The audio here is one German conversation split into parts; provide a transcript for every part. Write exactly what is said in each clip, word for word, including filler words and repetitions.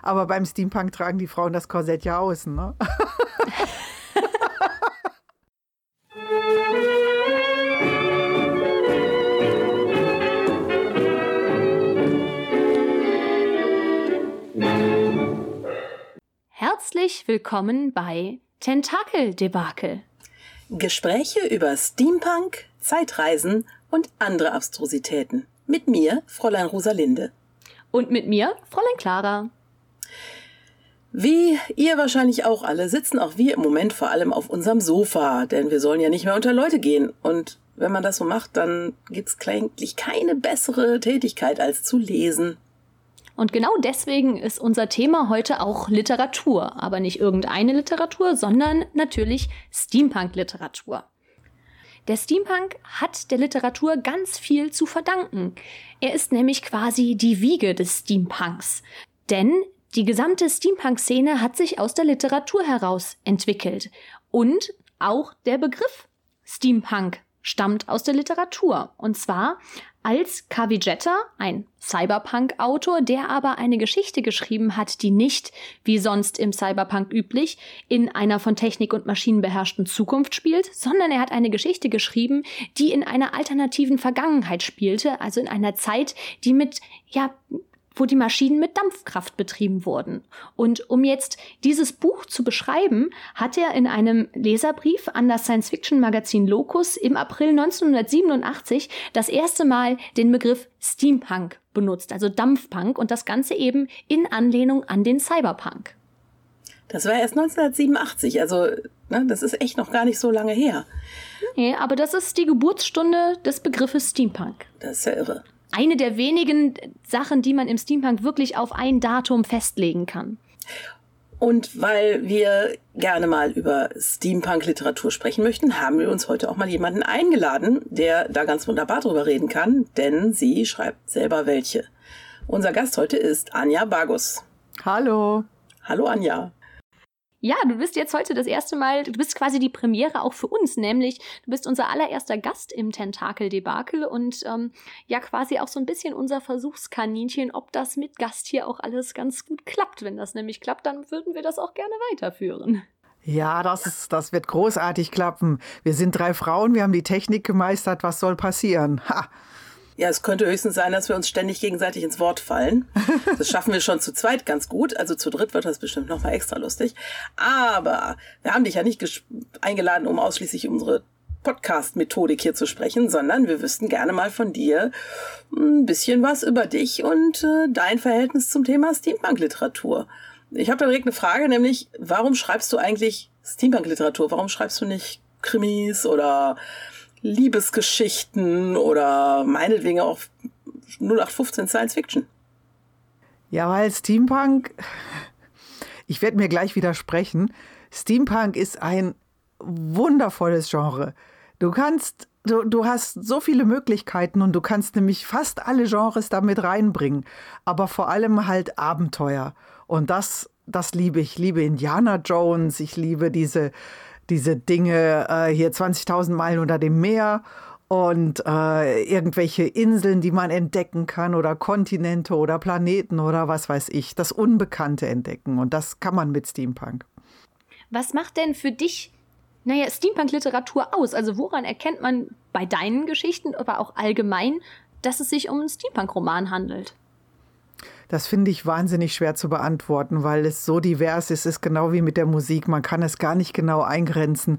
Aber beim Steampunk tragen die Frauen das Korsett ja außen, ne? Herzlich willkommen bei Tentakel-Debakel. Gespräche über Steampunk, Zeitreisen und andere Abstrusitäten. Mit mir, Fräulein Rosalinde. Und mit mir, Fräulein Clara. Wie ihr wahrscheinlich auch alle, sitzen auch wir im Moment vor allem auf unserem Sofa, denn wir sollen ja nicht mehr unter Leute gehen. Und wenn man das so macht, dann gibt's eigentlich keine bessere Tätigkeit als zu lesen. Und genau deswegen ist unser Thema heute auch Literatur. Aber nicht irgendeine Literatur, sondern natürlich Steampunk-Literatur. Der Steampunk hat der Literatur ganz viel zu verdanken. Er ist nämlich quasi die Wiege des Steampunks. Denn die gesamte Steampunk-Szene hat sich aus der Literatur heraus entwickelt. Und auch der Begriff Steampunk stammt aus der Literatur. Und zwar als Kavi Jetta, ein Cyberpunk-Autor, der aber eine Geschichte geschrieben hat, die nicht, wie sonst im Cyberpunk üblich, in einer von Technik und Maschinen beherrschten Zukunft spielt, sondern er hat eine Geschichte geschrieben, die in einer alternativen Vergangenheit spielte, also in einer Zeit, die mit, ja, wo die Maschinen mit Dampfkraft betrieben wurden. Und um jetzt dieses Buch zu beschreiben, hat er in einem Leserbrief an das Science-Fiction-Magazin Locus im April neunzehnhundertsiebenundachtzig das erste Mal den Begriff Steampunk benutzt, also Dampfpunk, und das Ganze eben in Anlehnung an den Cyberpunk. Das war erst neunzehnhundertsiebenundachtzig, also ne, das ist echt noch gar nicht so lange her. Nee, aber das ist die Geburtsstunde des Begriffes Steampunk. Das ist ja irre. Eine der wenigen Sachen, die man im Steampunk wirklich auf ein Datum festlegen kann. Und weil wir gerne mal über Steampunk-Literatur sprechen möchten, haben wir uns heute auch mal jemanden eingeladen, der da ganz wunderbar drüber reden kann, denn sie schreibt selber welche. Unser Gast heute ist Anja Bagus. Hallo. Hallo Anja. Ja, du bist jetzt heute das erste Mal, du bist quasi die Premiere auch für uns, nämlich du bist unser allererster Gast im Tentakel-Debakel und ähm, ja quasi auch so ein bisschen unser Versuchskaninchen, ob das mit Gast hier auch alles ganz gut klappt. Wenn das nämlich klappt, dann würden wir das auch gerne weiterführen. Ja, das, ist, das wird großartig klappen. Wir sind drei Frauen, wir haben die Technik gemeistert, was soll passieren? Ha! Ja, es könnte höchstens sein, dass wir uns ständig gegenseitig ins Wort fallen. Das schaffen wir schon zu zweit ganz gut. Also zu dritt wird das bestimmt noch mal extra lustig. Aber wir haben dich ja nicht ges- eingeladen, um ausschließlich unsere Podcast-Methodik hier zu sprechen, sondern wir wüssten gerne mal von dir ein bisschen was über dich und äh, dein Verhältnis zum Thema Steampunk-Literatur. Ich habe da direkt eine Frage, nämlich, warum schreibst du eigentlich Steampunk-Literatur? Warum schreibst du nicht Krimis oder Liebesgeschichten oder meinetwegen auch null acht fünfzehn Science Fiction? Ja, weil Steampunk, ich werde mir gleich widersprechen, Steampunk ist ein wundervolles Genre. Du kannst, du, du hast so viele Möglichkeiten und du kannst nämlich fast alle Genres damit reinbringen, aber vor allem halt Abenteuer. Und das, das liebe ich. Ich liebe Indiana Jones, ich liebe diese diese Dinge, äh, hier zwanzigtausend Meilen unter dem Meer und äh, irgendwelche Inseln, die man entdecken kann oder Kontinente oder Planeten oder was weiß ich, das Unbekannte entdecken und das kann man mit Steampunk. Was macht denn für dich, naja, Steampunk-Literatur aus? Also woran erkennt man bei deinen Geschichten, aber auch allgemein, dass es sich um einen Steampunk-Roman handelt? Das finde ich wahnsinnig schwer zu beantworten, weil es so divers ist. Es ist genau wie mit der Musik. Man kann es gar nicht genau eingrenzen.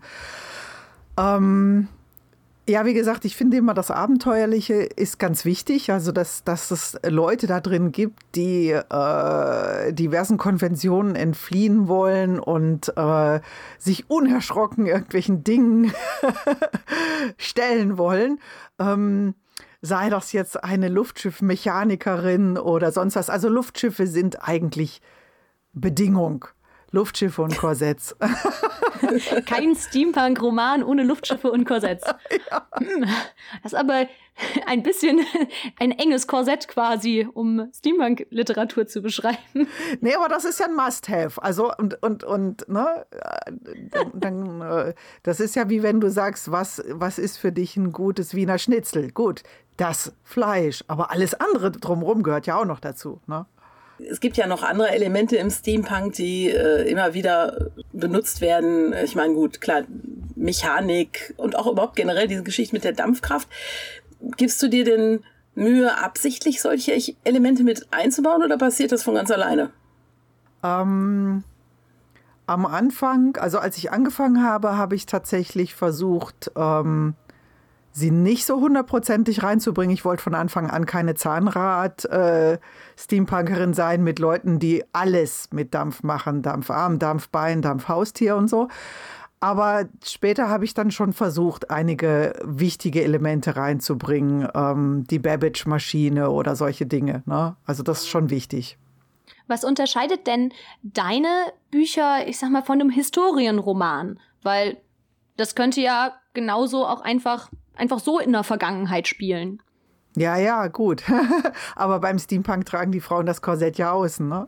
Ähm, ja, wie gesagt, ich finde immer, das Abenteuerliche ist ganz wichtig. Also, dass, dass es Leute da drin gibt, die äh, diversen Konventionen entfliehen wollen und äh, sich unerschrocken irgendwelchen Dingen stellen wollen. Ähm, Sei das jetzt eine Luftschiffmechanikerin oder sonst was. Also Luftschiffe sind eigentlich Bedingung. Luftschiffe und Korsetts. Kein Steampunk-Roman ohne Luftschiffe und Korsetts. Ja. Das ist aber ein bisschen ein enges Korsett quasi, um Steampunk-Literatur zu beschreiben. Nee, aber das ist ja ein Must-Have. Also und, und, und ne, dann, dann, das ist ja wie wenn du sagst, was, was ist für dich ein gutes Wiener Schnitzel? Gut, das Fleisch, aber alles andere drumherum gehört ja auch noch dazu, ne? Es gibt ja noch andere Elemente im Steampunk, die äh, immer wieder benutzt werden. Ich meine, gut, klar, Mechanik und auch überhaupt generell diese Geschichte mit der Dampfkraft. Gibst du dir denn Mühe, absichtlich solche Elemente mit einzubauen oder passiert das von ganz alleine? Ähm, am Anfang, also als ich angefangen habe, habe ich tatsächlich versucht, ähm, sie nicht so hundertprozentig reinzubringen. Ich wollte von Anfang an keine Zahnrad-Steampunkerin äh, sein mit Leuten, die alles mit Dampf machen. Dampfarm, Dampfbein, Dampfhaustier und so. Aber später habe ich dann schon versucht, einige wichtige Elemente reinzubringen. Ähm, die Babbage-Maschine oder solche Dinge. Ne? Also das ist schon wichtig. Was unterscheidet denn deine Bücher, ich sag mal, von einem Historienroman? Weil das könnte ja genauso auch einfach, einfach so in der Vergangenheit spielen. Ja, ja, gut. Aber beim Steampunk tragen die Frauen das Korsett ja außen, ne?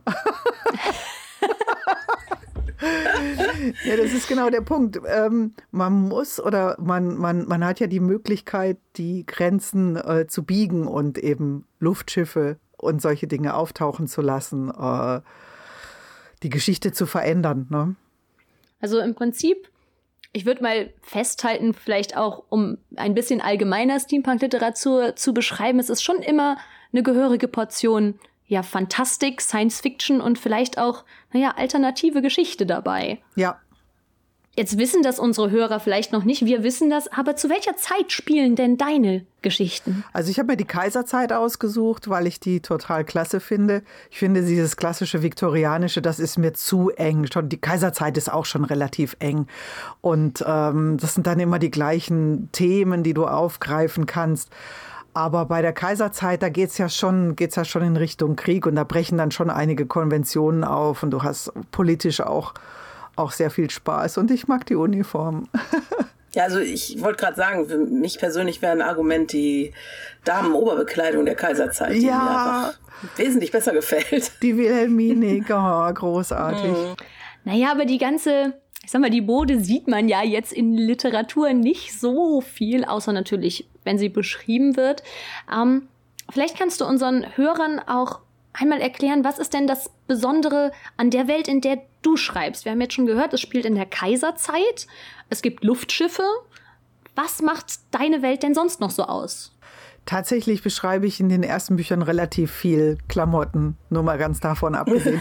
Ja, das ist genau der Punkt. Ähm, man muss oder man, man, man hat ja die Möglichkeit, die Grenzen äh, zu biegen und eben Luftschiffe und solche Dinge auftauchen zu lassen, äh, die Geschichte zu verändern. Ne? Also im Prinzip, ich würde mal festhalten, vielleicht auch, um ein bisschen allgemeiner Steampunk-Literatur zu beschreiben, es ist schon immer eine gehörige Portion ja, Fantastik, Science-Fiction und vielleicht auch, naja, alternative Geschichte dabei. Ja. Jetzt wissen das unsere Hörer vielleicht noch nicht, wir wissen das, aber zu welcher Zeit spielen denn deine Geschichten? Also ich habe mir die Kaiserzeit ausgesucht, weil ich die total klasse finde. Ich finde dieses klassische Viktorianische, das ist mir zu eng. Schon die Kaiserzeit ist auch schon relativ eng. Und ähm, das sind dann immer die gleichen Themen, die du aufgreifen kannst. Aber bei der Kaiserzeit, da geht's ja schon, geht's ja schon in Richtung Krieg und da brechen dann schon einige Konventionen auf und du hast politisch auch, auch sehr viel Spaß und ich mag die Uniform. Ja, also ich wollte gerade sagen, für mich persönlich wäre ein Argument die Damenoberbekleidung der Kaiserzeit, die ja, mir einfach wesentlich besser gefällt. Die Wilhelminik, oh, großartig. Mhm. Naja, aber die ganze, ich sag mal, die Mode sieht man ja jetzt in Literatur nicht so viel, außer natürlich, wenn sie beschrieben wird. Ähm, vielleicht kannst du unseren Hörern auch einmal erklären, was ist denn das Besondere an der Welt, in der du schreibst? Wir haben jetzt schon gehört, es spielt in der Kaiserzeit, es gibt Luftschiffe. Was macht deine Welt denn sonst noch so aus? Tatsächlich beschreibe ich in den ersten Büchern relativ viel Klamotten, nur mal ganz davon abgesehen.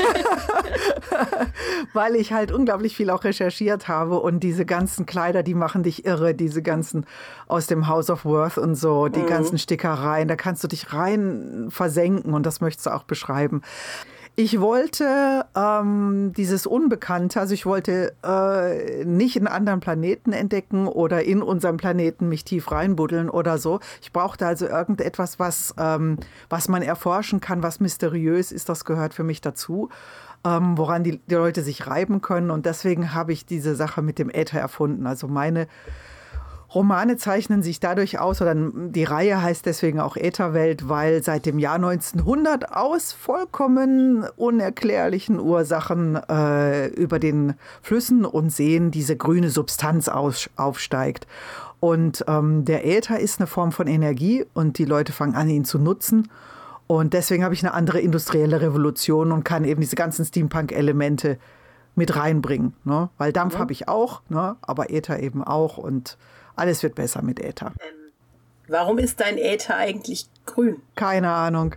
Weil ich halt unglaublich viel auch recherchiert habe und diese ganzen Kleider, die machen dich irre, diese ganzen aus dem House of Worth und so, die mhm. ganzen Stickereien, da kannst du dich rein versenken und das möchtest du auch beschreiben. Ich wollte ähm, dieses Unbekannte, also ich wollte äh, nicht einen anderen Planeten entdecken oder in unserem Planeten mich tief reinbuddeln oder so. Ich brauchte also irgendetwas, was, ähm, was man erforschen kann, was mysteriös ist. Das gehört für mich dazu, ähm, woran die, die Leute sich reiben können. Und deswegen habe ich diese Sache mit dem Äther erfunden. Also meine Romane zeichnen sich dadurch aus, oder die Reihe heißt deswegen auch Ätherwelt, weil seit dem Jahr neunzehnhundert aus vollkommen unerklärlichen Ursachen äh, über den Flüssen und Seen diese grüne Substanz aus, aufsteigt. Und ähm, der Äther ist eine Form von Energie und die Leute fangen an, ihn zu nutzen. Und deswegen habe ich eine andere industrielle Revolution und kann eben diese ganzen Steampunk-Elemente mit reinbringen. Ne? Weil Dampf ja. habe ich auch, ne? Aber Äther eben auch und alles wird besser mit Äther. Ähm, warum ist dein Äther eigentlich grün? Keine Ahnung.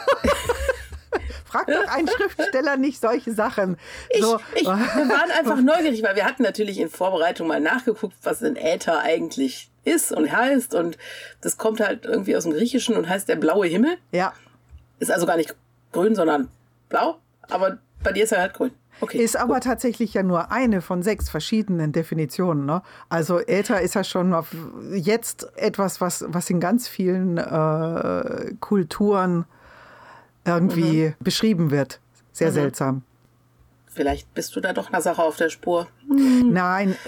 Frag doch einen Schriftsteller nicht solche Sachen. Ich, so. ich, wir waren einfach neugierig, weil wir hatten natürlich in Vorbereitung mal nachgeguckt, was ein Äther eigentlich ist und heißt. Und das kommt halt irgendwie aus dem Griechischen und heißt der blaue Himmel. Ja. Ist also gar nicht grün, sondern blau. Aber bei dir ist er halt grün. Okay, ist aber gut. tatsächlich ja nur eine von sechs verschiedenen Definitionen. Ne? Also Äther ist ja schon auf jetzt etwas, was, was in ganz vielen äh, Kulturen irgendwie mhm. beschrieben wird. Sehr mhm. seltsam. Vielleicht bist du da doch einer Sache auf der Spur. Mhm. Nein,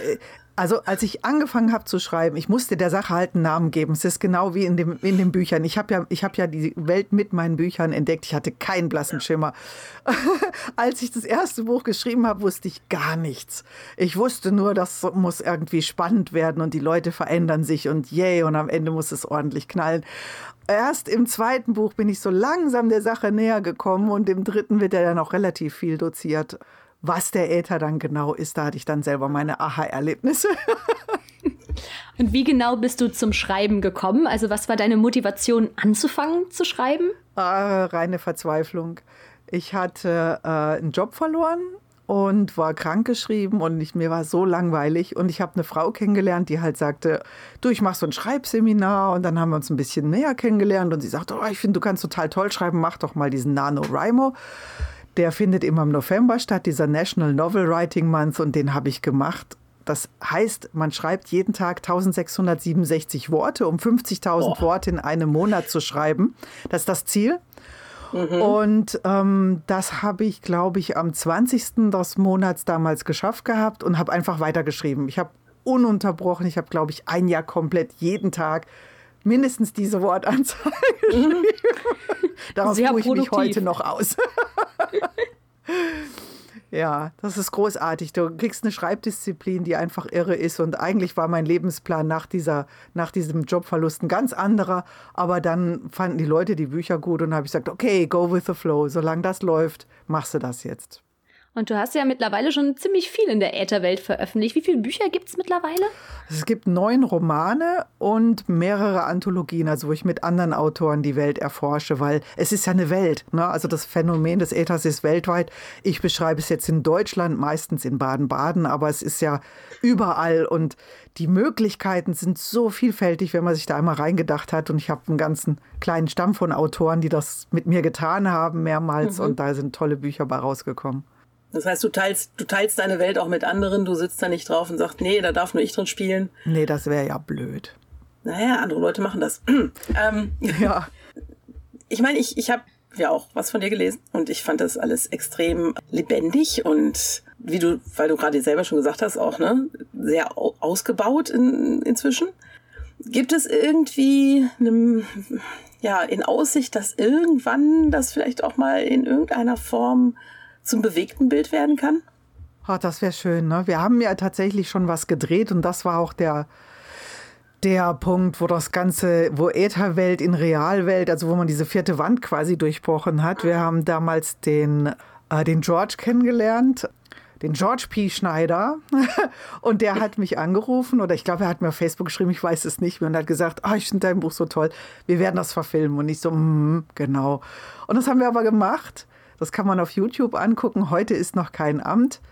Also als ich angefangen habe zu schreiben, ich musste der Sache halt einen Namen geben. Es ist genau wie in, dem, in den Büchern. Ich habe ja, ich hab ja die Welt mit meinen Büchern entdeckt. Ich hatte keinen blassen Schimmer. Als ich das erste Buch geschrieben habe, wusste ich gar nichts. Ich wusste nur, das muss irgendwie spannend werden und die Leute verändern sich und yay, und am Ende muss es ordentlich knallen. Erst im zweiten Buch bin ich so langsam der Sache näher gekommen und im dritten wird ja dann auch relativ viel doziert. Was der Äther dann genau ist, da hatte ich dann selber meine Aha-Erlebnisse. Und wie genau bist du zum Schreiben gekommen? Also was war deine Motivation, anzufangen zu schreiben? Ah, reine Verzweiflung. Ich hatte äh, einen Job verloren und war krankgeschrieben und ich, mir war so langweilig. Und ich habe eine Frau kennengelernt, die halt sagte, du, ich mache so ein Schreibseminar. Und dann haben wir uns ein bisschen näher kennengelernt und sie sagte, oh, ich finde, du kannst total toll schreiben, mach doch mal diesen NaNoWriMo. Der findet immer im November statt, dieser National Novel Writing Month, und den habe ich gemacht. Das heißt, man schreibt jeden Tag eintausendsechshundertsiebenundsechzig Worte, um fünfzigtausend oh. Worte in einem Monat zu schreiben. Das ist das Ziel. Mhm. Und ähm, das habe ich, glaube ich, am zwanzigsten des Monats damals geschafft gehabt und habe einfach weitergeschrieben. Ich habe ununterbrochen, ich habe, glaube ich, ein Jahr komplett jeden Tag mindestens diese Wortanzahl geschrieben. Mhm. Darauf Sehr tue ich produktiv. mich heute noch aus. Ja, das ist großartig. Du kriegst eine Schreibdisziplin, die einfach irre ist. Und eigentlich war mein Lebensplan nach, dieser, nach diesem Jobverlust ein ganz anderer. Aber dann fanden die Leute die Bücher gut und habe ich gesagt, okay, go with the flow. Solange das läuft, machst du das jetzt. Und du hast ja mittlerweile schon ziemlich viel in der Ätherwelt veröffentlicht. Wie viele Bücher gibt es mittlerweile? Es gibt neun Romane und mehrere Anthologien, also wo ich mit anderen Autoren die Welt erforsche, weil es ist ja eine Welt, ne? Also das Phänomen des Äthers ist weltweit. Ich beschreibe es jetzt in Deutschland, meistens in Baden-Baden, aber es ist ja überall und die Möglichkeiten sind so vielfältig, wenn man sich da einmal reingedacht hat. Und ich habe einen ganzen kleinen Stamm von Autoren, die das mit mir getan haben mehrmals, mhm. und da sind tolle Bücher bei rausgekommen. Das heißt, du teilst, du teilst deine Welt auch mit anderen, du sitzt da nicht drauf und sagst, nee, da darf nur ich drin spielen. Nee, das wäre ja blöd. Naja, andere Leute machen das. ähm, ja. Ich meine, ich, ich habe ja auch was von dir gelesen und ich fand das alles extrem lebendig und wie du, weil du gerade selber schon gesagt hast, auch ne, sehr ausgebaut in, inzwischen. Gibt es irgendwie eine, ja, in Aussicht, dass irgendwann das vielleicht auch mal in irgendeiner Form zum bewegten Bild werden kann? Oh, das wäre schön, ne? Wir haben ja tatsächlich schon was gedreht und das war auch der, der Punkt, wo das Ganze, wo Ätherwelt in Realwelt, also wo man diese vierte Wand quasi durchbrochen hat. Wir haben damals den, äh, den George kennengelernt, den George P. Schneider, und der hat mich angerufen oder ich glaube, er hat mir auf Facebook geschrieben, ich weiß es nicht mehr, und hat gesagt, oh, ich finde dein Buch so toll, wir werden das verfilmen. Und ich so, mm, genau. Und das haben wir aber gemacht. Das kann man auf YouTube angucken. Heute ist noch kein Amt.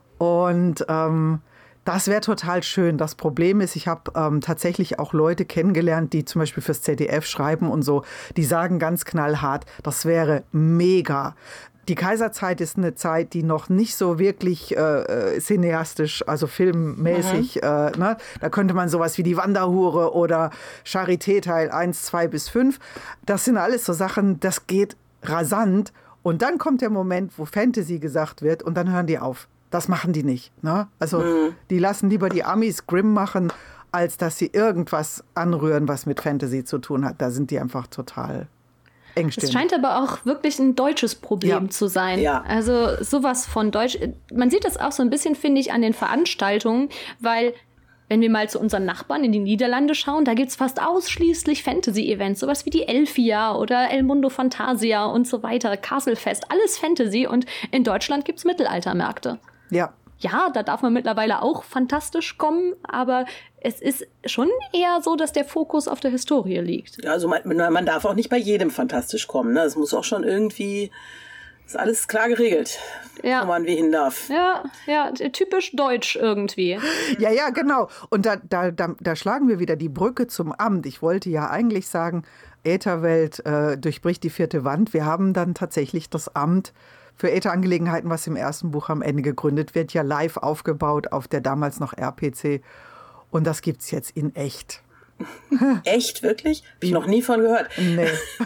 Und ähm, das wäre total schön. Das Problem ist, ich habe ähm, tatsächlich auch Leute kennengelernt, die zum Beispiel fürs Z D F schreiben und so. Die sagen ganz knallhart, das wäre mega. Die Kaiserzeit ist eine Zeit, die noch nicht so wirklich äh, cineastisch, also filmmäßig, mhm. äh, ne? Da könnte man sowas wie Die Wanderhure oder Charité Teil eins, zwei bis fünf. Das sind alles so Sachen, das geht rasant. Und dann kommt der Moment, wo Fantasy gesagt wird und dann hören die auf. Das machen die nicht. Ne? Also mhm. die lassen lieber die Amis Grimm machen, als dass sie irgendwas anrühren, was mit Fantasy zu tun hat. Da sind die einfach total engstirnig. Es scheint aber auch wirklich ein deutsches Problem ja. zu sein. Ja. Also sowas von Deutsch. Man sieht das auch so ein bisschen, finde ich, an den Veranstaltungen, weil wenn wir mal zu unseren Nachbarn in die Niederlande schauen, da gibt es fast ausschließlich Fantasy-Events, sowas wie die Elfia oder El Mundo Fantasia und so weiter, Castlefest, alles Fantasy, und in Deutschland gibt es Mittelaltermärkte. Ja. Ja, da darf man mittlerweile auch fantastisch kommen, aber es ist schon eher so, dass der Fokus auf der Historie liegt. Ja, also man, man darf auch nicht bei jedem fantastisch kommen, ne? Es muss auch schon irgendwie, ist alles klar geregelt, ja. wo man wie hin darf. Ja, ja, typisch deutsch irgendwie. Ja, ja, genau. Und da, da, da, da schlagen wir wieder die Brücke zum Amt. Ich wollte ja eigentlich sagen, Ätherwelt äh, durchbricht die vierte Wand. Wir haben dann tatsächlich das Amt für Ätherangelegenheiten, was im ersten Buch am Ende gegründet wird, ja live aufgebaut auf der damals noch R P C. Und das gibt es jetzt in echt. Echt, wirklich? Hab ich noch nie von gehört. Nee.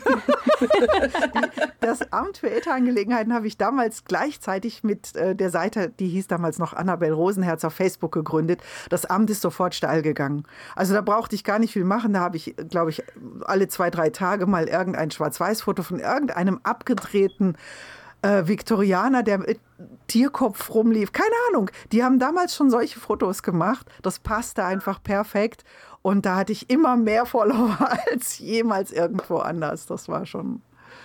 Das Amt für Ätherangelegenheiten habe ich damals gleichzeitig mit äh, der Seite, die hieß damals noch Annabel Rosenherz, auf Facebook gegründet. Das Amt ist sofort steil gegangen. Also da brauchte ich gar nicht viel machen. Da habe ich, glaube ich, alle zwei, drei Tage mal irgendein Schwarz-Weiß-Foto von irgendeinem abgedrehten äh, Viktorianer, der mit Tierkopf rumlief. Keine Ahnung. Die haben damals schon solche Fotos gemacht. Das passte einfach perfekt. Und da hatte ich immer mehr Follower als jemals irgendwo anders. Das war schon,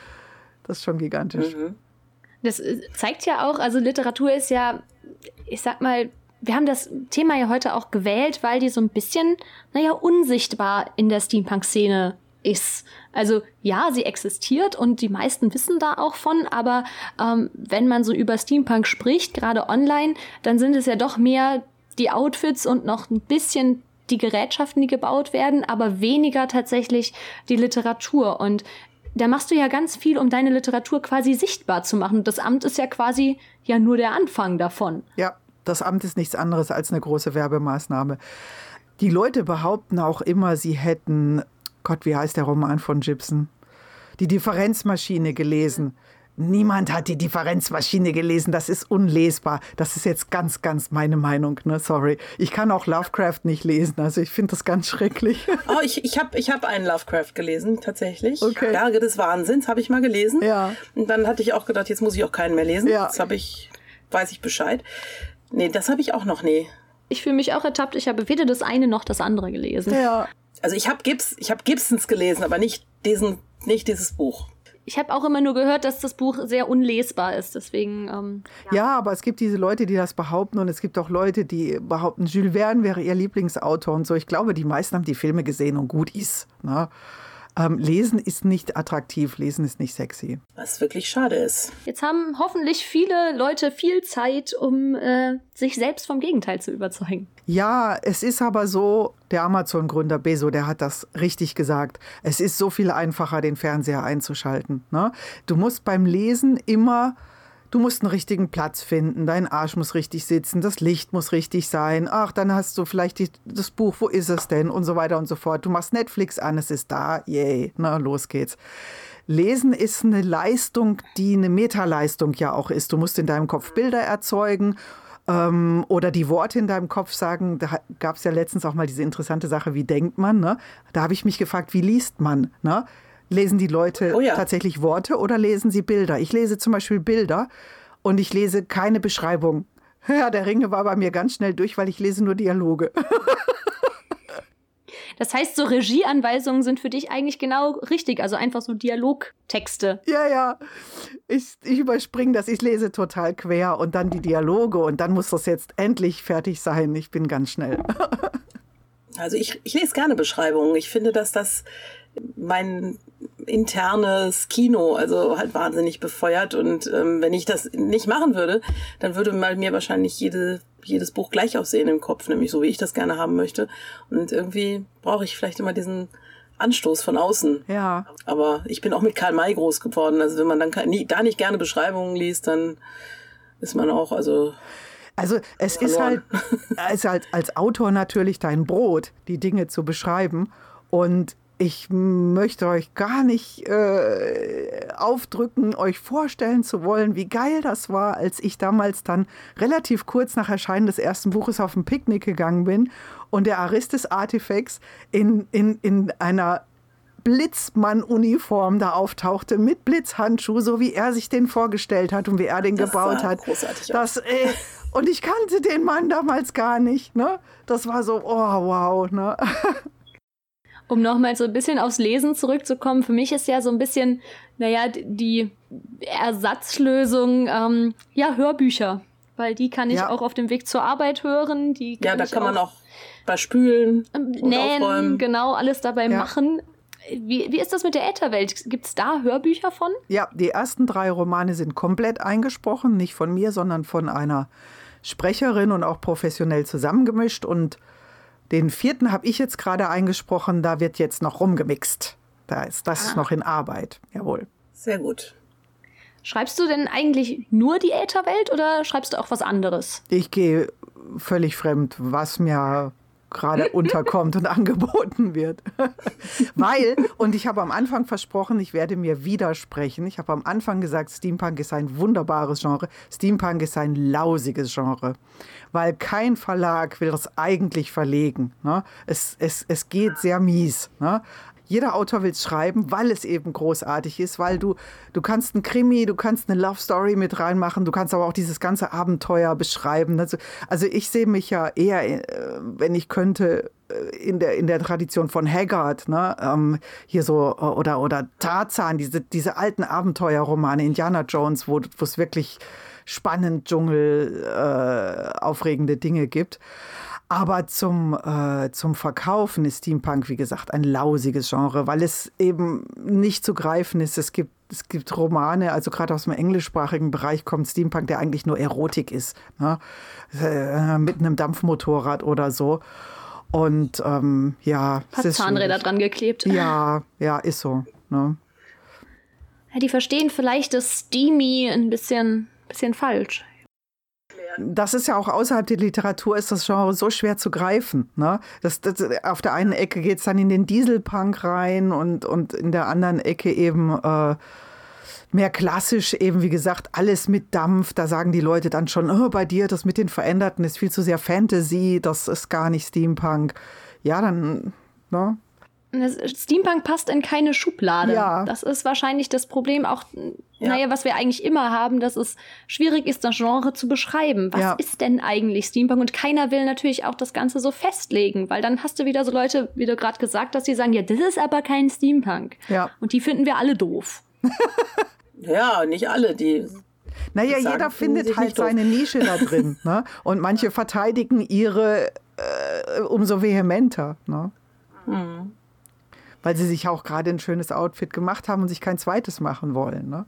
das ist schon gigantisch. Mhm. Das zeigt ja auch, also Literatur ist ja, ich sag mal, wir haben das Thema ja heute auch gewählt, weil die so ein bisschen, naja, unsichtbar in der Steampunk-Szene ist. Also ja, sie existiert und die meisten wissen da auch von, aber ähm, wenn man so über Steampunk spricht, gerade online, dann sind es ja doch mehr die Outfits und noch ein bisschen die Gerätschaften, die gebaut werden, aber weniger tatsächlich die Literatur. Und da machst du ja ganz viel, um deine Literatur quasi sichtbar zu machen. Das Amt ist ja quasi ja nur der Anfang davon. Ja, das Amt ist nichts anderes als eine große Werbemaßnahme. Die Leute behaupten auch immer, sie hätten, Gott, wie heißt der Roman von Gibson? Die Differenzmaschine gelesen. Niemand hat die Differenzmaschine gelesen, das ist unlesbar. Das ist jetzt ganz, ganz meine Meinung, ne? Sorry. Ich kann auch Lovecraft nicht lesen, also ich finde das ganz schrecklich. Oh, ich, ich habe ich hab einen Lovecraft gelesen, tatsächlich. Okay. Berge des Wahnsinns habe ich mal gelesen. Ja. Und dann hatte ich auch gedacht, jetzt muss ich auch keinen mehr lesen. Ja. Jetzt habe ich, weiß ich Bescheid. Nee, das habe ich auch noch, nee. Ich fühle mich auch ertappt, ich habe weder das eine noch das andere gelesen. Ja. Also ich habe Gibbs, ich hab Gibsons gelesen, aber nicht, diesen, nicht dieses Buch. Ich habe auch immer nur gehört, dass das Buch sehr unlesbar ist, deswegen... Ähm, ja. ja, aber es gibt diese Leute, die das behaupten und es gibt auch Leute, die behaupten, Jules Verne wäre ihr Lieblingsautor und so. Ich glaube, die meisten haben die Filme gesehen und gut ist. Ne? Ähm, Lesen ist nicht attraktiv, Lesen ist nicht sexy. Was wirklich schade ist. Jetzt haben hoffentlich viele Leute viel Zeit, um äh, sich selbst vom Gegenteil zu überzeugen. Ja, es ist aber so, der Amazon-Gründer Bezos, der hat das richtig gesagt. Es ist so viel einfacher, den Fernseher einzuschalten. Ne? Du musst beim Lesen immer, du musst einen richtigen Platz finden, dein Arsch muss richtig sitzen, das Licht muss richtig sein. Ach, dann hast du vielleicht die, das Buch, wo ist es denn? Und so weiter und so fort. Du machst Netflix an, es ist da, yay, na, los geht's. Lesen ist eine Leistung, die eine Metaleistung ja auch ist. Du musst in deinem Kopf Bilder erzeugen ähm, oder die Worte in deinem Kopf sagen. Da gab es ja letztens auch mal diese interessante Sache, wie denkt man? Ne? Da habe ich mich gefragt, wie liest man? Ne? Lesen die Leute oh ja. tatsächlich Worte oder lesen sie Bilder? Ich lese zum Beispiel Bilder und ich lese keine Beschreibung. Ja, der Ringe war bei mir ganz schnell durch, weil ich lese nur Dialoge. Das heißt, so Regieanweisungen sind für dich eigentlich genau richtig, also einfach so Dialogtexte. Ja, ja, ich, ich überspringe das, ich lese total quer und dann die Dialoge und dann muss das jetzt endlich fertig sein. Ich bin ganz schnell. Also ich, ich lese gerne Beschreibungen. Ich finde, dass das mein internes Kino also halt wahnsinnig befeuert und ähm, wenn ich das nicht machen würde, dann würde mal mir wahrscheinlich jede, jedes Buch gleich aussehen im Kopf, nämlich so, wie ich das gerne haben möchte. Und irgendwie brauche ich vielleicht immer diesen Anstoß von außen. Ja. Aber ich bin auch mit Karl May groß geworden. Also wenn man dann nie, da nicht gerne Beschreibungen liest, dann ist man auch, also... Also es verloren. ist halt, es ist halt als Autor natürlich dein Brot, die Dinge zu beschreiben. Und ich möchte euch gar nicht äh, aufdrücken, euch vorstellen zu wollen, wie geil das war, als ich damals dann relativ kurz nach Erscheinen des ersten Buches auf ein Picknick gegangen bin und der Aristes Artifex in, in, in einer Blitzmann-Uniform da auftauchte mit Blitzhandschuh, so wie er sich den vorgestellt hat und wie er den das gebaut sah hat. Großartig das, äh, und ich kannte den Mann damals gar nicht. Ne? Das war so, oh wow. Ne? Um nochmal so ein bisschen aufs Lesen zurückzukommen, für mich ist ja so ein bisschen, naja, die Ersatzlösung, ähm, ja, Hörbücher. Weil die kann ich ja. auch auf dem Weg zur Arbeit hören. Die kann ja, da ich kann auch man auch bei Spülen und nähen, aufräumen. Genau, alles dabei ja. machen. Wie, wie ist das mit der Ätherwelt? Gibt es da Hörbücher von? Ja, die ersten drei Romane sind komplett eingesprochen, nicht von mir, sondern von einer Sprecherin und auch professionell zusammengemischt. Und den vierten habe ich jetzt gerade eingesprochen, da wird jetzt noch rumgemixt. Da ist, das ah. ist noch in Arbeit, jawohl. Sehr gut. Schreibst du denn eigentlich nur die Ätherwelt oder schreibst du auch was anderes? Ich gehe völlig fremd, was mir gerade unterkommt und angeboten wird. Weil, und ich habe am Anfang versprochen, ich werde mir widersprechen. Ich habe am Anfang gesagt, Steampunk ist ein wunderbares Genre. Steampunk ist ein lausiges Genre. Weil kein Verlag will das eigentlich verlegen. Ne? Es, es, es geht sehr mies. Ne? Jeder Autor will es schreiben, weil es eben großartig ist, weil du, du kannst einen Krimi, du kannst eine Love Story mit reinmachen, du kannst aber auch dieses ganze Abenteuer beschreiben. Also, also ich sehe mich ja eher, wenn ich könnte, in der, in der Tradition von Haggard, ne? ähm, hier so, oder, oder Tarzan, diese, diese alten Abenteuerromane, Indiana Jones, wo es wirklich spannend, Dschungel, äh, aufregende Dinge gibt. Aber zum, äh, zum Verkaufen ist Steampunk, wie gesagt, ein lausiges Genre, weil es eben nicht zu greifen ist. Es gibt, es gibt Romane, also gerade aus dem englischsprachigen Bereich kommt Steampunk, der eigentlich nur Erotik ist, ne? äh, mit einem Dampfmotorrad oder so. Und ähm, ja, Hat Zahnräder dran geklebt. Ja, ja, ist so. Ne? Ja, die verstehen vielleicht das Steamy ein bisschen, bisschen falsch. Das ist ja auch außerhalb der Literatur, ist das Genre so schwer zu greifen. Ne? Das, das, auf der einen Ecke geht es dann in den Dieselpunk rein und, und in der anderen Ecke eben äh, mehr klassisch, eben wie gesagt, alles mit Dampf. Da sagen die Leute dann schon, oh, bei dir, das mit den Veränderten ist viel zu sehr Fantasy, das ist gar nicht Steampunk. Ja, dann, ne? Steampunk passt in keine Schublade. Ja. Das ist wahrscheinlich das Problem auch, ja. naja, was wir eigentlich immer haben, dass es schwierig ist, das Genre zu beschreiben. Was ja. ist denn eigentlich Steampunk? Und keiner will natürlich auch das Ganze so festlegen, weil dann hast du wieder so Leute, wie du gerade gesagt hast, die sagen, ja, das ist aber kein Steampunk. Ja. Und die finden wir alle doof. Ja, nicht alle, die... Naja, sagen, jeder findet halt seine Nische da drin. Ne? Und manche verteidigen ihre äh, umso vehementer. Ne? Mhm. Weil sie sich auch gerade ein schönes Outfit gemacht haben und sich kein zweites machen wollen. Ne?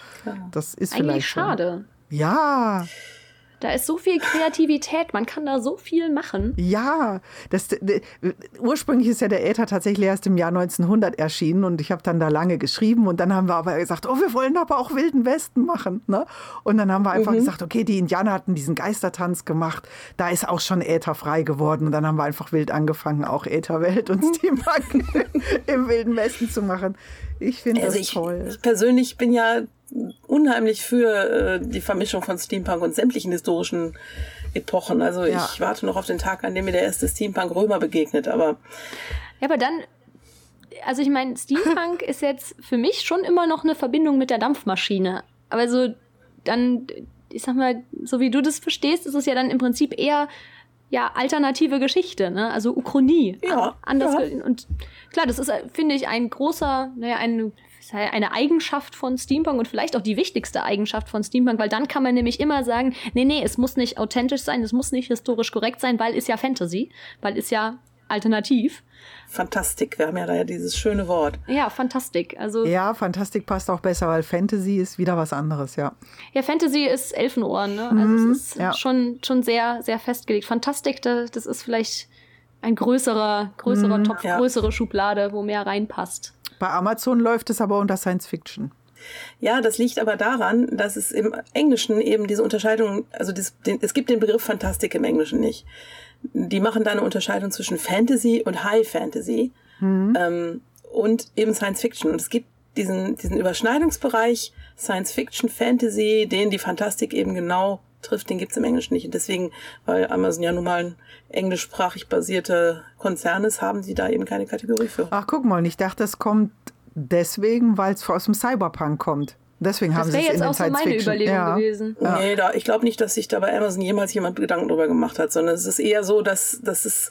Das ist eigentlich vielleicht schade. So. Ja. Da ist so viel Kreativität, man kann da so viel machen. Ja, das, d- ursprünglich ist ja der Äther tatsächlich erst im Jahr neunzehnhundert erschienen und ich habe dann da lange geschrieben und dann haben wir aber gesagt, oh, wir wollen aber auch Wilden Westen machen. Ne? Und dann haben wir einfach mhm. gesagt, okay, die Indianer hatten diesen Geistertanz gemacht, da ist auch schon Äther frei geworden und dann haben wir einfach wild angefangen, auch Ätherwelt und Steampunk im Wilden Westen zu machen. Ich finde also das ich, toll. Ich persönlich bin ja unheimlich für äh, die Vermischung von Steampunk und sämtlichen historischen Epochen. Also ja. ich warte noch auf den Tag, an dem mir der erste Steampunk-Römer begegnet. Aber ja, aber dann, also ich meine, Steampunk ist jetzt für mich schon immer noch eine Verbindung mit der Dampfmaschine. Aber so dann, ich sag mal, so wie du das verstehst, ist es ja dann im Prinzip eher ja alternative Geschichte, ne? Also Uchronie. Ja. Anders ja. Und klar, das ist, finde ich, ein großer, naja, ein eine Eigenschaft von Steampunk und vielleicht auch die wichtigste Eigenschaft von Steampunk, weil dann kann man nämlich immer sagen, nee, nee, es muss nicht authentisch sein, es muss nicht historisch korrekt sein, weil ist ja Fantasy, weil ist ja alternativ. Fantastik, wir haben ja da ja dieses schöne Wort. Ja, Fantastik. Also, ja, Fantastik passt auch besser, weil Fantasy ist wieder was anderes, ja. Ja, Fantasy ist Elfenohren, ne? Also mhm, es ist ja. schon, schon sehr, sehr festgelegt. Fantastik, das, das ist vielleicht ein größerer, größerer mhm, Topf, ja. größere Schublade, wo mehr reinpasst. Bei Amazon läuft es aber unter Science Fiction. Ja, das liegt aber daran, dass es im Englischen eben diese Unterscheidung, also das, den, es gibt den Begriff Fantastik im Englischen nicht. Die machen da eine Unterscheidung zwischen Fantasy und High Fantasy mhm. ähm, und eben Science Fiction. Und es gibt diesen, diesen Überschneidungsbereich Science Fiction, Fantasy, den die Fantastik eben genau trifft, den gibt's im Englischen nicht. Und deswegen, weil Amazon ja nun mal ein englischsprachig basierte Konzern ist, haben sie da eben keine Kategorie für. Ach, guck mal, ich dachte, das kommt deswegen, weil es aus dem Cyberpunk kommt. Deswegen haben sie es in den Science Fiction. Das wäre jetzt auch so meine Überlegung ja. gewesen. Ja. Nee, da, ich glaube nicht, dass sich da bei Amazon jemals jemand Gedanken drüber gemacht hat, sondern es ist eher so, dass, dass es,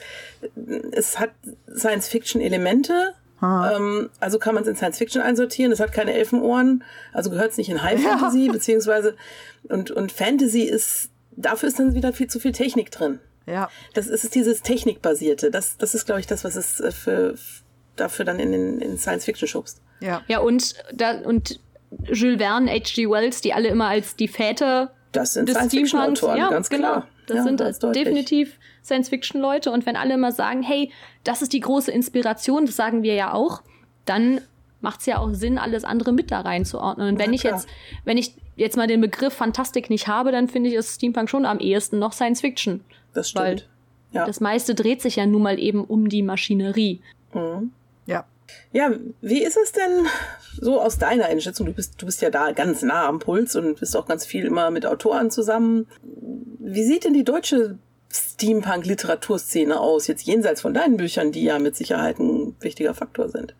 es hat Science-Fiction-Elemente. Ähm, also kann man es in Science-Fiction einsortieren. Es hat keine Elfenohren, also gehört es nicht in High-Fantasy, ja. beziehungsweise und, und Fantasy ist, dafür ist dann wieder viel zu viel Technik drin. Ja. Das ist, ist dieses Technikbasierte. Das, das ist, glaube ich, das, was es für, dafür dann in den in Science-Fiction schubst. Ja, ja und, da, und Jules Verne, H G Wells, die alle immer als die Väter das sind des Science-Fiction-Autoren, ja, ganz genau. klar. Das ja, sind ganz definitiv Science-Fiction-Leute. Und wenn alle immer sagen, hey, das ist die große Inspiration, das sagen wir ja auch, dann macht es ja auch Sinn, alles andere mit da reinzuordnen. Und wenn ja, ich jetzt, wenn ich jetzt mal den Begriff Fantastik nicht habe, dann finde ich, ist Steampunk schon am ehesten noch Science-Fiction. Das stimmt. Weil Ja. Das meiste dreht sich ja nun mal eben um die Maschinerie. Mhm. Ja. Ja, wie ist es denn so aus deiner Einschätzung? Du bist, du bist ja da ganz nah am Puls und bist auch ganz viel immer mit Autoren zusammen. Wie sieht denn die deutsche Steampunk-Literaturszene aus? Jetzt jenseits von deinen Büchern, die ja mit Sicherheit ein wichtiger Faktor sind.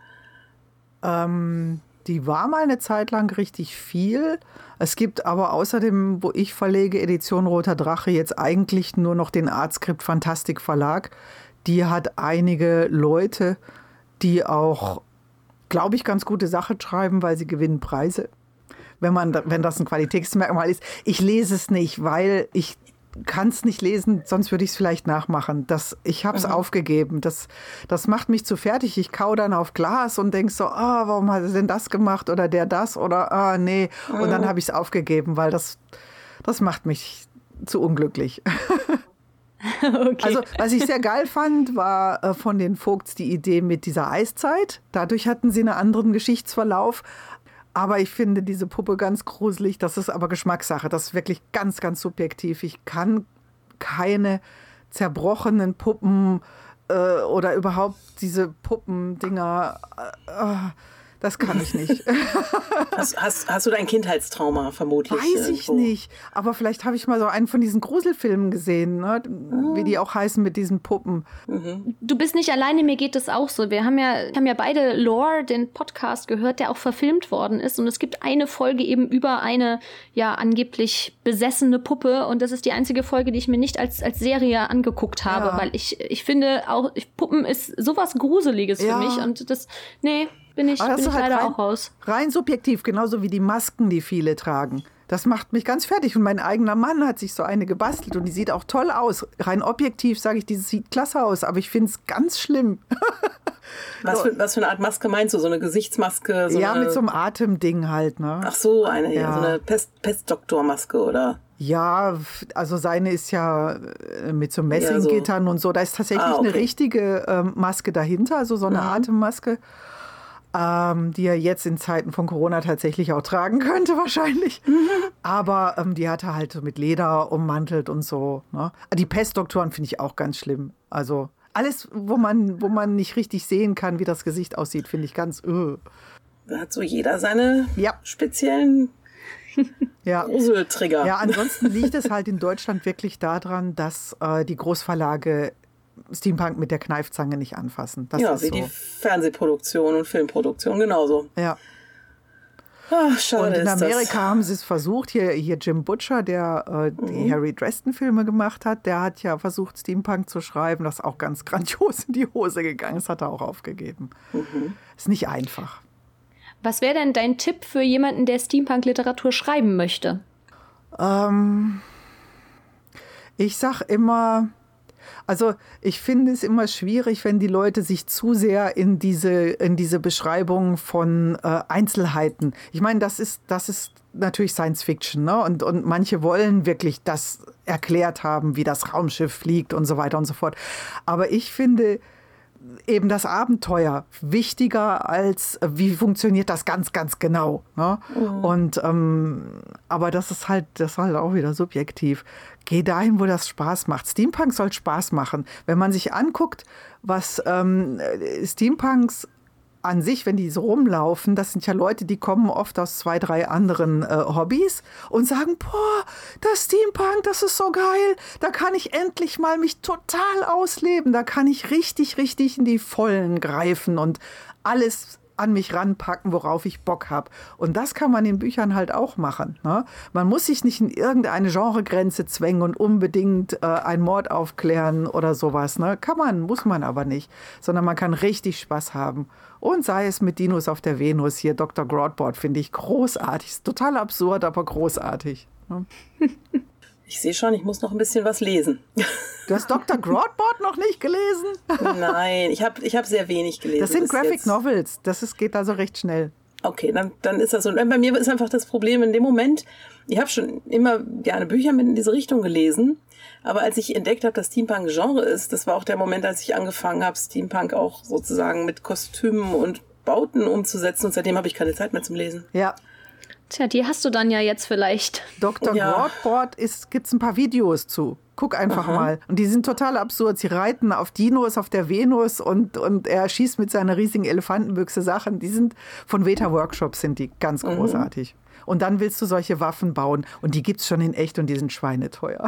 Ähm, die war mal eine Zeit lang richtig viel. Es gibt aber außerdem, wo ich verlege, Edition Roter Drache, jetzt eigentlich nur noch den Artskript Fantastik Verlag. Die hat einige Leute, die auch, glaube ich, ganz gute Sachen schreiben, weil sie gewinnen Preise. Wenn man, wenn das ein Qualitätsmerkmal ist. Ich lese es nicht, weil ich kann es nicht lesen, sonst würde ich es vielleicht nachmachen. Das, ich habe es mhm. aufgegeben. Das, das macht mich zu fertig. Ich kau dann auf Glas und denke so, ah, warum hat er denn das gemacht oder der das oder ah, nee. Mhm. Und dann habe ich es aufgegeben, weil das, das macht mich zu unglücklich. Okay. Also, was ich sehr geil fand, war äh, von den Vogts die Idee mit dieser Eiszeit. Dadurch hatten sie einen anderen Geschichtsverlauf. Aber ich finde diese Puppe ganz gruselig. Das ist aber Geschmackssache. Das ist wirklich ganz, ganz subjektiv. Ich kann keine zerbrochenen Puppen äh, oder überhaupt diese Puppendinger. Äh, das kann ich nicht. Hast, hast, hast du dein Kindheitstrauma vermutlich? Weiß ich irgendwo? nicht. Aber vielleicht habe ich mal so einen von diesen Gruselfilmen gesehen, ne? Mhm. Wie die auch heißen mit diesen Puppen. Mhm. Du bist nicht alleine, mir geht es auch so. Wir haben ja, haben ja beide Lore, den Podcast gehört, der auch verfilmt worden ist. Und es gibt eine Folge eben über eine ja angeblich besessene Puppe. Und das ist die einzige Folge, die ich mir nicht als, als Serie angeguckt habe. Ja. Weil ich, ich finde, auch ich, Puppen ist sowas Gruseliges ja. für mich. Und das, nee, bin ich, bin ich halt leider rein, auch raus. Rein subjektiv, genauso wie die Masken, die viele tragen. Das macht mich ganz fertig. Und mein eigener Mann hat sich so eine gebastelt und die sieht auch toll aus. Rein objektiv sage ich, die sieht klasse aus, aber ich finde es ganz schlimm. Was für, was für eine Art Maske meinst du? So eine Gesichtsmaske? So ja, eine... mit so einem Atemding halt. Ne? Ach so, eine, ja. so eine Pest, Pestdoktormaske, oder? Ja, also seine ist ja mit so Messinggittern ja, so. Und so. Da ist tatsächlich ah, okay. eine richtige ähm, Maske dahinter, also so eine mhm. Atemmaske. Ähm, die er jetzt in Zeiten von Corona tatsächlich auch tragen könnte wahrscheinlich. Mhm. Aber ähm, die hat er halt so mit Leder ummantelt und so. Ne? Die Pestdoktoren finde ich auch ganz schlimm. Also alles, wo man, wo man nicht richtig sehen kann, wie das Gesicht aussieht, finde ich ganz öh. Da hat so jeder seine ja. speziellen ja. Gruseltrigger. Ja, ansonsten liegt es halt in Deutschland wirklich daran, dass äh, die Großverlage Steampunk mit der Kneifzange nicht anfassen. Das ja, ist wie so. die Fernsehproduktion und Filmproduktion genauso. Ja. Ach, schade und in ist Amerika das. haben sie es versucht. Hier, hier Jim Butcher, der äh, mhm. die Harry Dresden-Filme gemacht hat, der hat ja versucht, Steampunk zu schreiben. Das ist auch ganz grandios in die Hose gegangen. Das hat er auch aufgegeben. Mhm. Ist nicht einfach. Was wäre denn dein Tipp für jemanden, der Steampunk-Literatur schreiben möchte? Ähm, ich sag immer... Also ich finde es immer schwierig, wenn die Leute sich zu sehr in diese, in diese Beschreibung von äh, Einzelheiten. Ich meine, das ist, das ist natürlich Science Fiction, ne? Und, und manche wollen wirklich das erklärt haben, wie das Raumschiff fliegt und so weiter und so fort. Aber ich finde eben das Abenteuer wichtiger als wie funktioniert das ganz, ganz genau. Ne? Mhm. Und ähm, aber das ist halt, das ist halt auch wieder subjektiv. Geh dahin, wo das Spaß macht. Steampunk soll Spaß machen. Wenn man sich anguckt, was ähm, Steampunks an sich, wenn die so rumlaufen, das sind ja Leute, die kommen oft aus zwei, drei anderen äh, Hobbys und sagen, boah, das Steampunk, das ist so geil, da kann ich endlich mal mich total ausleben, da kann ich richtig, richtig in die Vollen greifen und alles an mich ranpacken, worauf ich Bock habe. Und das kann man in Büchern halt auch machen. Ne? Man muss sich nicht in irgendeine Genregrenze zwängen und unbedingt äh, einen Mord aufklären oder sowas. Ne? Kann man, muss man aber nicht. Sondern man kann richtig Spaß haben. Und sei es mit Dinos auf der Venus, hier Doktor Groutboard, finde ich großartig. Ist total absurd, aber großartig. Ne? Ich sehe schon, ich muss noch ein bisschen was lesen. Du hast Doktor Groutboard noch nicht gelesen? Nein, ich habe ich hab sehr wenig gelesen. Das sind Graphic jetzt. Novels. Das ist, geht also recht schnell. Okay, dann, dann ist das so. Bei mir ist einfach das Problem in dem Moment, ich habe schon immer gerne Bücher mit in diese Richtung gelesen, aber als ich entdeckt habe, dass Steampunk Genre ist, das war auch der Moment, als ich angefangen habe, Steampunk auch sozusagen mit Kostümen und Bauten umzusetzen und seitdem habe ich keine Zeit mehr zum Lesen. Ja. Tja, die hast du dann ja jetzt vielleicht. Doktor Ja. Groutboard gibt es ein paar Videos zu. Guck einfach Aha. mal. Und die sind total absurd. Sie reiten auf Dinos auf der Venus und, und er schießt mit seiner riesigen Elefantenbüchse Sachen. Die sind von Weta Workshops, sind die ganz großartig. Mhm. Und dann willst du solche Waffen bauen. Und die gibt es schon in echt und die sind schweineteuer.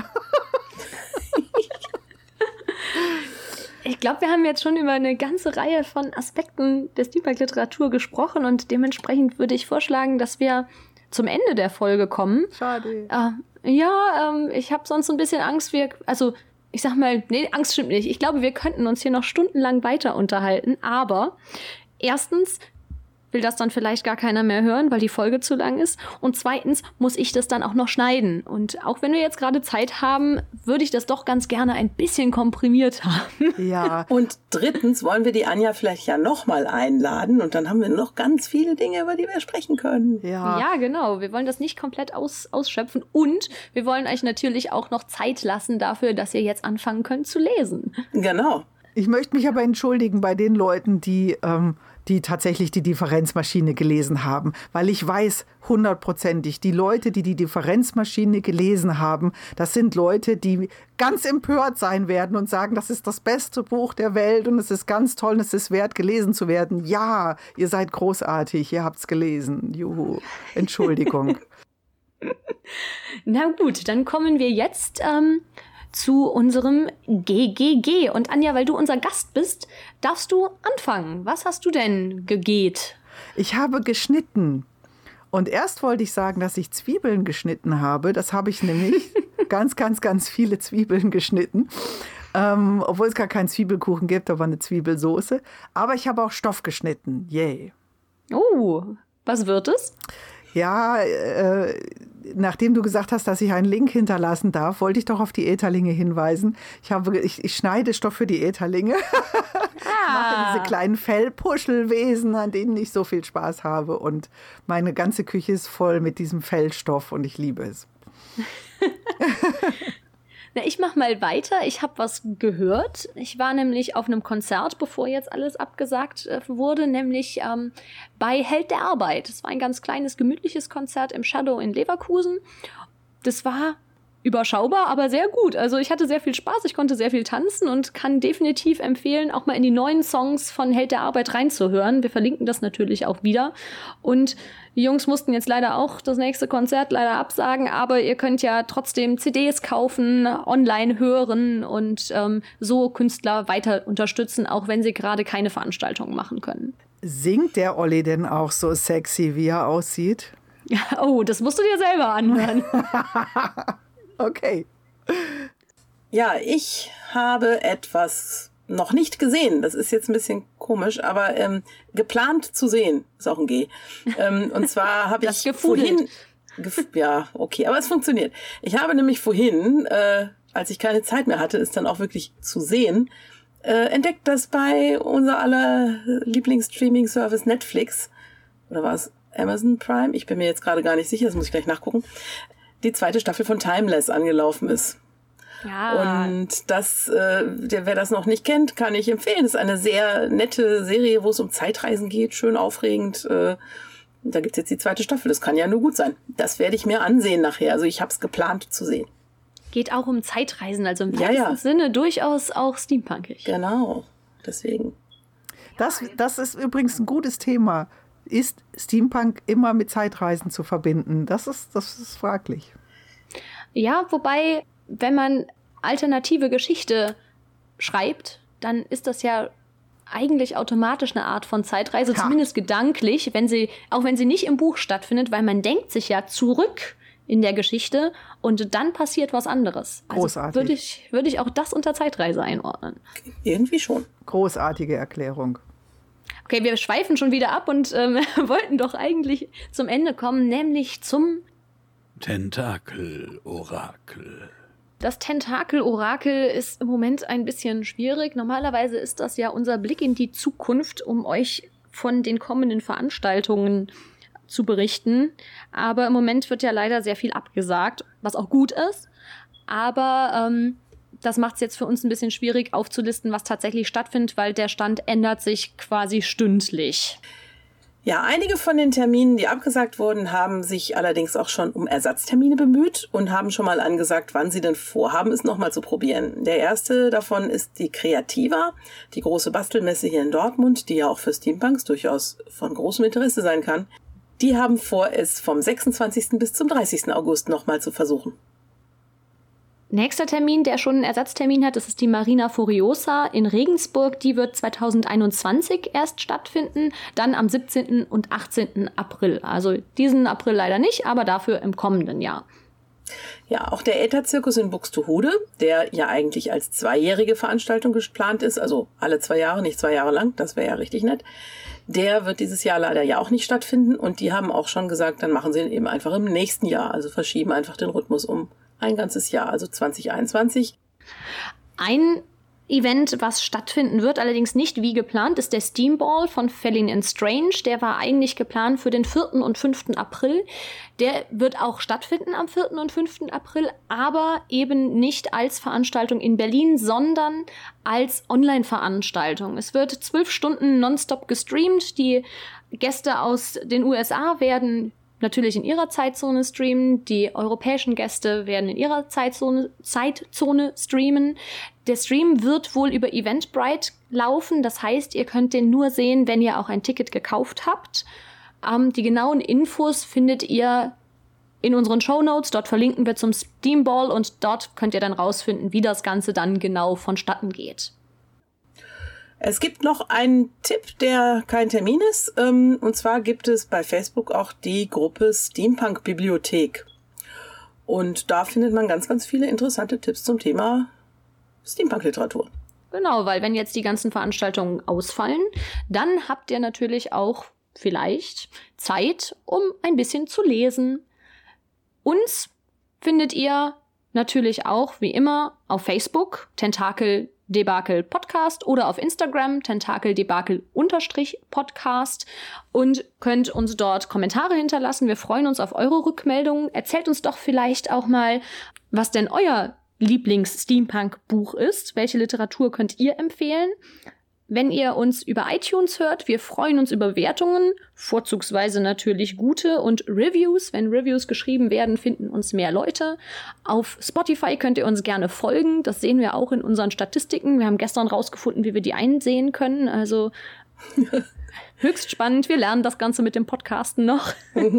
Ich glaube, wir haben jetzt schon über eine ganze Reihe von Aspekten der Steampunk-Literatur gesprochen und dementsprechend würde ich vorschlagen, dass wir zum Ende der Folge kommen. Schade. Äh, ja, ähm, ich habe sonst ein bisschen Angst. Wir, also ich sag mal, nee, Angst stimmt nicht. Ich glaube, wir könnten uns hier noch stundenlang weiter unterhalten, aber erstens will das dann vielleicht gar keiner mehr hören, weil die Folge zu lang ist. Und zweitens muss ich das dann auch noch schneiden. Und auch wenn wir jetzt gerade Zeit haben, würde ich das doch ganz gerne ein bisschen komprimiert haben. Ja. Und drittens wollen wir die Anja vielleicht ja nochmal einladen und dann haben wir noch ganz viele Dinge, über die wir sprechen können. Ja, Ja, genau. Wir wollen das nicht komplett aus, ausschöpfen. Und wir wollen euch natürlich auch noch Zeit lassen dafür, dass ihr jetzt anfangen könnt zu lesen. Genau. Ich möchte mich aber entschuldigen bei den Leuten, die, ähm, die tatsächlich die Differenzmaschine gelesen haben. Weil ich weiß hundertprozentig, die Leute, die die Differenzmaschine gelesen haben, das sind Leute, die ganz empört sein werden und sagen, das ist das beste Buch der Welt und es ist ganz toll und es ist wert, gelesen zu werden. Ja, ihr seid großartig, ihr habt's gelesen. Juhu, Entschuldigung. Na gut, dann kommen wir jetzt ähm, zu unserem G G G. Und Anja, weil du unser Gast bist, darfst du anfangen. Was hast du denn gegeht? Ich habe geschnitten. Und erst wollte ich sagen, dass ich Zwiebeln geschnitten habe. Das habe ich nämlich ganz, ganz, ganz viele Zwiebeln geschnitten. Ähm, obwohl es gar keinen Zwiebelkuchen gibt, aber eine Zwiebelsoße. Aber ich habe auch Stoff geschnitten. Yay. Oh, was wird es? Ja, äh, nachdem du gesagt hast, dass ich einen Link hinterlassen darf, wollte ich doch auf die Ätherlinge hinweisen. Ich, habe, ich, ich schneide Stoff für die Ätherlinge. Ah. Ich mache diese kleinen Fellpuschelwesen, an denen ich so viel Spaß habe. Und meine ganze Küche ist voll mit diesem Fellstoff und ich liebe es. Na, ich mach mal weiter. Ich habe was gehört. Ich war nämlich auf einem Konzert, bevor jetzt alles abgesagt äh, wurde, nämlich ähm, bei Held der Arbeit. Es war ein ganz kleines, gemütliches Konzert im Shadow in Leverkusen. Das war überschaubar, aber sehr gut. Also ich hatte sehr viel Spaß, ich konnte sehr viel tanzen und kann definitiv empfehlen, auch mal in die neuen Songs von Held der Arbeit reinzuhören. Wir verlinken das natürlich auch wieder. Und die Jungs mussten jetzt leider auch das nächste Konzert leider absagen, aber ihr könnt ja trotzdem C Ds kaufen, online hören und ähm, so Künstler weiter unterstützen, auch wenn sie gerade keine Veranstaltungen machen können. Singt der Olli denn auch so sexy, wie er aussieht? Oh, das musst du dir selber anhören. Okay. Ja, ich habe etwas noch nicht gesehen. Das ist jetzt ein bisschen komisch, aber ähm, geplant zu sehen. Ist auch ein G. Ähm, und zwar habe ich vorhin... Gef- ja, okay, aber es funktioniert. Ich habe nämlich vorhin, äh, als ich keine Zeit mehr hatte, es dann auch wirklich zu sehen, äh, entdeckt, dass bei unser aller Lieblingsstreaming-Service Netflix, oder war es Amazon Prime? Ich bin mir jetzt gerade gar nicht sicher, das muss ich gleich nachgucken. Die zweite Staffel von Timeless angelaufen ist. Ja. Und das, äh, der, wer das noch nicht kennt, kann ich empfehlen. Das ist eine sehr nette Serie, wo es um Zeitreisen geht, schön aufregend. Äh, da gibt's jetzt die zweite Staffel. Das kann ja nur gut sein. Das werde ich mir ansehen nachher. Also ich habe es geplant zu sehen. Geht auch um Zeitreisen, also im Ja, weitesten ja. Sinne durchaus auch steampunkig. Genau, deswegen. Das, das ist übrigens ein gutes Thema. Ist Steampunk immer mit Zeitreisen zu verbinden? Das ist, das ist fraglich. Ja, wobei, wenn man alternative Geschichte schreibt, dann ist das ja eigentlich automatisch eine Art von Zeitreise, Ja. zumindest gedanklich, wenn sie, auch wenn sie nicht im Buch stattfindet, weil man denkt sich ja zurück in der Geschichte und dann passiert was anderes. Also Großartig. würde ich, würde ich auch das unter Zeitreise einordnen. Irgendwie schon. Großartige Erklärung. Okay, wir schweifen schon wieder ab und ähm, wollten doch eigentlich zum Ende kommen, nämlich zum Tentakel-Orakel. Das Tentakel-Orakel ist im Moment ein bisschen schwierig. Normalerweise ist das ja unser Blick in die Zukunft, um euch von den kommenden Veranstaltungen zu berichten. Aber im Moment wird ja leider sehr viel abgesagt, was auch gut ist. Aber ähm, das macht es jetzt für uns ein bisschen schwierig aufzulisten, was tatsächlich stattfindet, weil der Stand ändert sich quasi stündlich. Ja, einige von den Terminen, die abgesagt wurden, haben sich allerdings auch schon um Ersatztermine bemüht und haben schon mal angesagt, wann sie denn vorhaben, es nochmal zu probieren. Der erste davon ist die Creativa, die große Bastelmesse hier in Dortmund, die ja auch für Steampunks durchaus von großem Interesse sein kann. Die haben vor, es vom sechsundzwanzigsten bis zum dreißigsten August nochmal zu versuchen. Nächster Termin, der schon einen Ersatztermin hat, das ist die Marina Furiosa in Regensburg. Die wird zweitausendeinundzwanzig erst stattfinden, dann am siebzehnten und achtzehnten April. Also diesen April leider nicht, aber dafür im kommenden Jahr. Ja, auch der Ätherzirkus in Buxtehude, der ja eigentlich als zweijährige Veranstaltung geplant ist, also alle zwei Jahre, nicht zwei Jahre lang, das wäre ja richtig nett, der wird dieses Jahr leider ja auch nicht stattfinden. Und die haben auch schon gesagt, dann machen sie ihn eben einfach im nächsten Jahr, also verschieben einfach den Rhythmus um ein ganzes Jahr, also zwanzig einundzwanzig. Ein Event, was stattfinden wird, allerdings nicht wie geplant, ist der Steamball von Fallin' and Strange. Der war eigentlich geplant für den vierten und fünften April. Der wird auch stattfinden am vierten und fünften April, aber eben nicht als Veranstaltung in Berlin, sondern als Online-Veranstaltung. Es wird zwölf Stunden nonstop gestreamt. Die Gäste aus den U S A werden natürlich in ihrer Zeitzone streamen. Die europäischen Gäste werden in ihrer Zeitzone, Zeitzone streamen. Der Stream wird wohl über Eventbrite laufen. Das heißt, ihr könnt den nur sehen, wenn ihr auch ein Ticket gekauft habt. Ähm, die genauen Infos findet ihr in unseren Shownotes. Dort verlinken wir zum Steamball und dort könnt ihr dann rausfinden, wie das Ganze dann genau vonstatten geht. Es gibt noch einen Tipp, der kein Termin ist. Und zwar gibt es bei Facebook auch die Gruppe Steampunk Bibliothek. Und da findet man ganz, ganz viele interessante Tipps zum Thema Steampunk-Literatur. Genau, weil wenn jetzt die ganzen Veranstaltungen ausfallen, dann habt ihr natürlich auch vielleicht Zeit, um ein bisschen zu lesen. Uns findet ihr natürlich auch, wie immer, auf Facebook, Tentakel Debakel Podcast oder auf Instagram Tentakel Debakel Unterstrich Podcast und könnt uns dort Kommentare hinterlassen. Wir freuen uns auf eure Rückmeldungen. Erzählt uns doch vielleicht auch mal, was denn euer Lieblings-Steampunk-Buch ist. Welche Literatur könnt ihr empfehlen? Wenn ihr uns über iTunes hört, wir freuen uns über Wertungen, vorzugsweise natürlich gute und Reviews. Wenn Reviews geschrieben werden, finden uns mehr Leute. Auf Spotify könnt ihr uns gerne folgen. Das sehen wir auch in unseren Statistiken. Wir haben gestern rausgefunden, wie wir die einsehen können. Also höchst spannend. Wir lernen das Ganze mit dem Podcasten noch.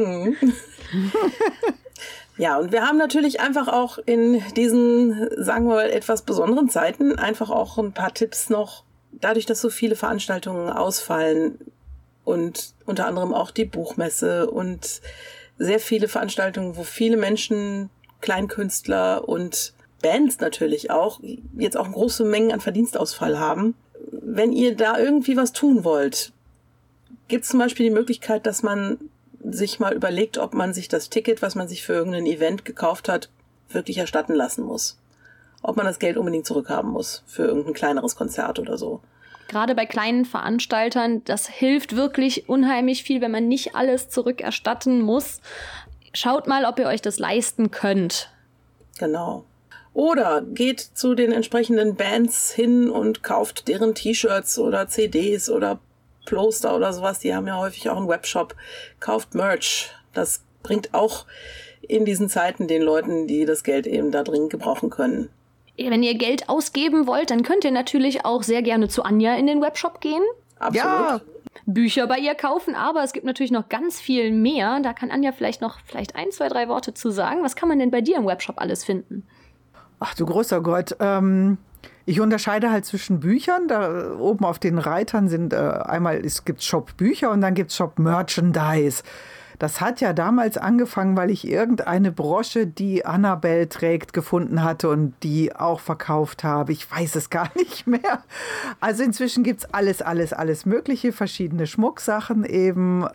Ja, und wir haben natürlich einfach auch in diesen, sagen wir mal, etwas besonderen Zeiten einfach auch ein paar Tipps noch. Dadurch, dass so viele Veranstaltungen ausfallen und unter anderem auch die Buchmesse und sehr viele Veranstaltungen, wo viele Menschen, Kleinkünstler und Bands natürlich auch, jetzt auch große Mengen an Verdienstausfall haben. Wenn ihr da irgendwie was tun wollt, gibt es zum Beispiel die Möglichkeit, dass man sich mal überlegt, ob man sich das Ticket, was man sich für irgendein Event gekauft hat, wirklich erstatten lassen muss. Ob man das Geld unbedingt zurückhaben muss für irgendein kleineres Konzert oder so. Gerade bei kleinen Veranstaltern, das hilft wirklich unheimlich viel, wenn man nicht alles zurückerstatten muss. Schaut mal, ob ihr euch das leisten könnt. Genau. Oder geht zu den entsprechenden Bands hin und kauft deren T-Shirts oder C Ds oder Poster oder sowas. Die haben ja häufig auch einen Webshop. Kauft Merch. Das bringt auch in diesen Zeiten den Leuten, die das Geld eben da dringend gebrauchen können. Wenn ihr Geld ausgeben wollt, dann könnt ihr natürlich auch sehr gerne zu Anja in den Webshop gehen. Absolut. Ja. Bücher bei ihr kaufen, aber es gibt natürlich noch ganz viel mehr. Da kann Anja vielleicht noch vielleicht ein, zwei, drei Worte zu sagen. Was kann man denn bei dir im Webshop alles finden? Ach du großer Gott. Ähm, ich unterscheide halt zwischen Büchern. Da oben auf den Reitern sind äh, einmal, es gibt Shop Bücher und dann gibt es Shop Merchandise. Das hat ja damals angefangen, weil ich irgendeine Brosche, die Annabelle trägt, gefunden hatte und die auch verkauft habe. Ich weiß es gar nicht mehr. Also inzwischen gibt es alles, alles, alles Mögliche. Verschiedene Schmucksachen eben.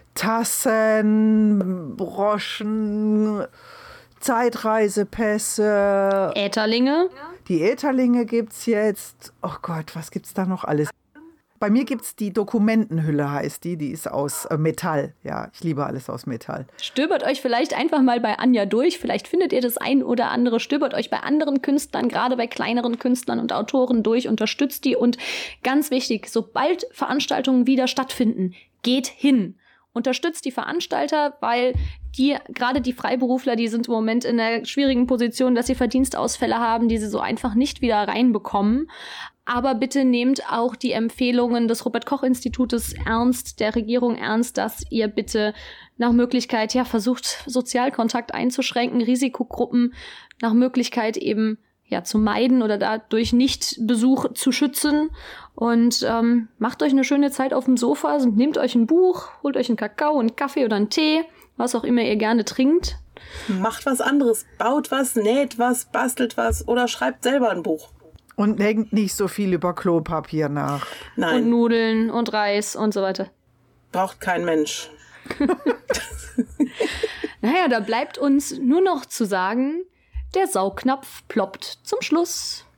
Tassen, Broschen, Zeitreisepässe. Ätherlinge. Die Ätherlinge gibt es jetzt. Oh Gott, was gibt es da noch alles? Bei mir gibt es die Dokumentenhülle, heißt die. Die ist aus äh, Metall. Ja, ich liebe alles aus Metall. Stöbert euch vielleicht einfach mal bei Anja durch. Vielleicht findet ihr das ein oder andere. Stöbert euch bei anderen Künstlern, gerade bei kleineren Künstlern und Autoren durch. Unterstützt die. Und ganz wichtig, sobald Veranstaltungen wieder stattfinden, geht hin. Unterstützt die Veranstalter, weil die, gerade die Freiberufler, die sind im Moment in der schwierigen Position, dass sie Verdienstausfälle haben, die sie so einfach nicht wieder reinbekommen. Aber bitte nehmt auch die Empfehlungen des Robert-Koch-Institutes ernst, der Regierung ernst, dass ihr bitte nach Möglichkeit, ja, versucht, Sozialkontakt einzuschränken, Risikogruppen nach Möglichkeit eben ja zu meiden oder dadurch nicht Besuch zu schützen. Und ähm, macht euch eine schöne Zeit auf dem Sofa, nehmt euch ein Buch, holt euch einen Kakao, einen Kaffee oder einen Tee, was auch immer ihr gerne trinkt. Macht was anderes, baut was, näht was, bastelt was oder schreibt selber ein Buch. Und denkt nicht so viel über Klopapier nach. Nein. Und Nudeln und Reis und so weiter. Braucht kein Mensch. Naja, da bleibt uns nur noch zu sagen, der Saugnapf ploppt zum Schluss.